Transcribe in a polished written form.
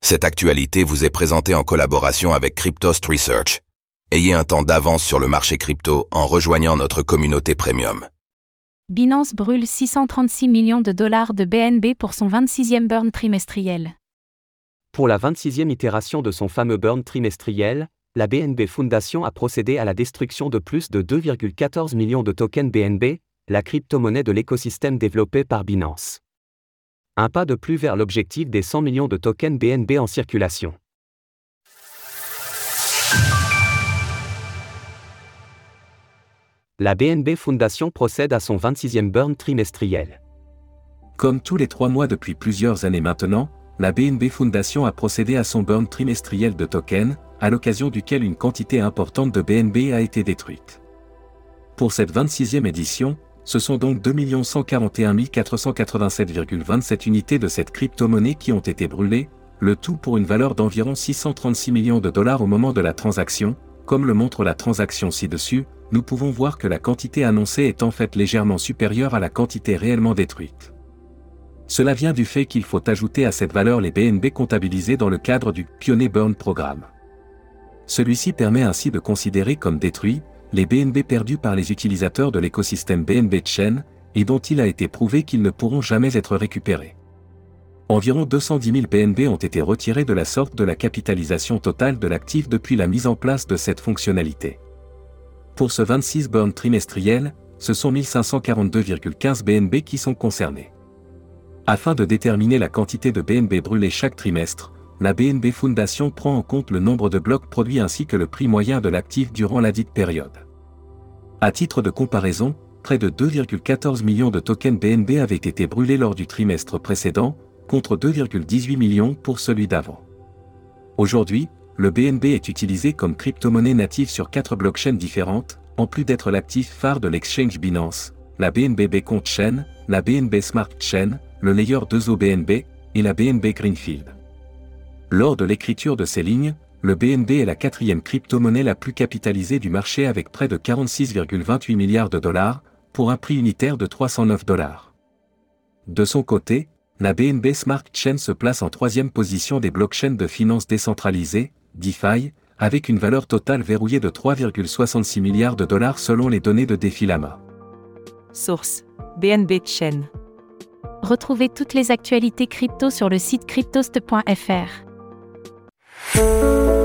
Cette actualité vous est présentée en collaboration avec Cryptost Research. Ayez un temps d'avance sur le marché crypto en rejoignant notre communauté premium. Binance brûle 636 millions de dollars de BNB pour son 26e burn trimestriel. Pour la 26e itération de son fameux burn trimestriel, la BNB Foundation a procédé à la destruction de plus de 2,14 millions de tokens BNB, la crypto-monnaie de l'écosystème développé par Binance. Un pas de plus vers l'objectif des 100 millions de tokens BNB en circulation. La BNB Foundation procède à son 26e burn trimestriel. Comme tous les 3 mois depuis plusieurs années maintenant, la BNB Foundation a procédé à son burn trimestriel de tokens, à l'occasion duquel une quantité importante de BNB a été détruite. Pour cette 26e édition, ce sont donc 2 141 487,27 unités de cette crypto-monnaie qui ont été brûlées, le tout pour une valeur d'environ 636 millions de dollars au moment de la transaction. Comme le montre la transaction ci-dessus, nous pouvons voir que la quantité annoncée est en fait légèrement supérieure à la quantité réellement détruite. Cela vient du fait qu'il faut ajouter à cette valeur les BNB comptabilisés dans le cadre du Pioneer Burn Programme. Celui-ci permet ainsi de considérer comme détruits les BNB perdus par les utilisateurs de l'écosystème BNB Chain, et dont il a été prouvé qu'ils ne pourront jamais être récupérés. Environ 210 000 BNB ont été retirés de la sorte de la capitalisation totale de l'actif depuis la mise en place de cette fonctionnalité. Pour ce 26 burn trimestriel, ce sont 1542,15 BNB qui sont concernés. Afin de déterminer la quantité de BNB brûlés chaque trimestre, la BNB Foundation prend en compte le nombre de blocs produits ainsi que le prix moyen de l'actif durant ladite période. À titre de comparaison, près de 2,14 millions de tokens BNB avaient été brûlés lors du trimestre précédent, contre 2,18 millions pour celui d'avant. Aujourd'hui, le BNB est utilisé comme crypto-monnaie native sur 4 blockchains différentes, en plus d'être l'actif phare de l'exchange Binance, la BNB Beacon Chain, la BNB Smart Chain, le layer 2 BNB, et la BNB Greenfield. Lors de l'écriture de ces lignes, le BNB est la 4e crypto-monnaie la plus capitalisée du marché avec près de 46,28 milliards de dollars, pour un prix unitaire de 309 dollars. De son côté, la BNB Smart Chain se place en 3e position des blockchains de finance décentralisées, DeFi, avec une valeur totale verrouillée de 3,66 milliards de dollars selon les données de DeFi-Lama. Source: BNB Chain. Retrouvez toutes les actualités crypto sur le site cryptost.fr.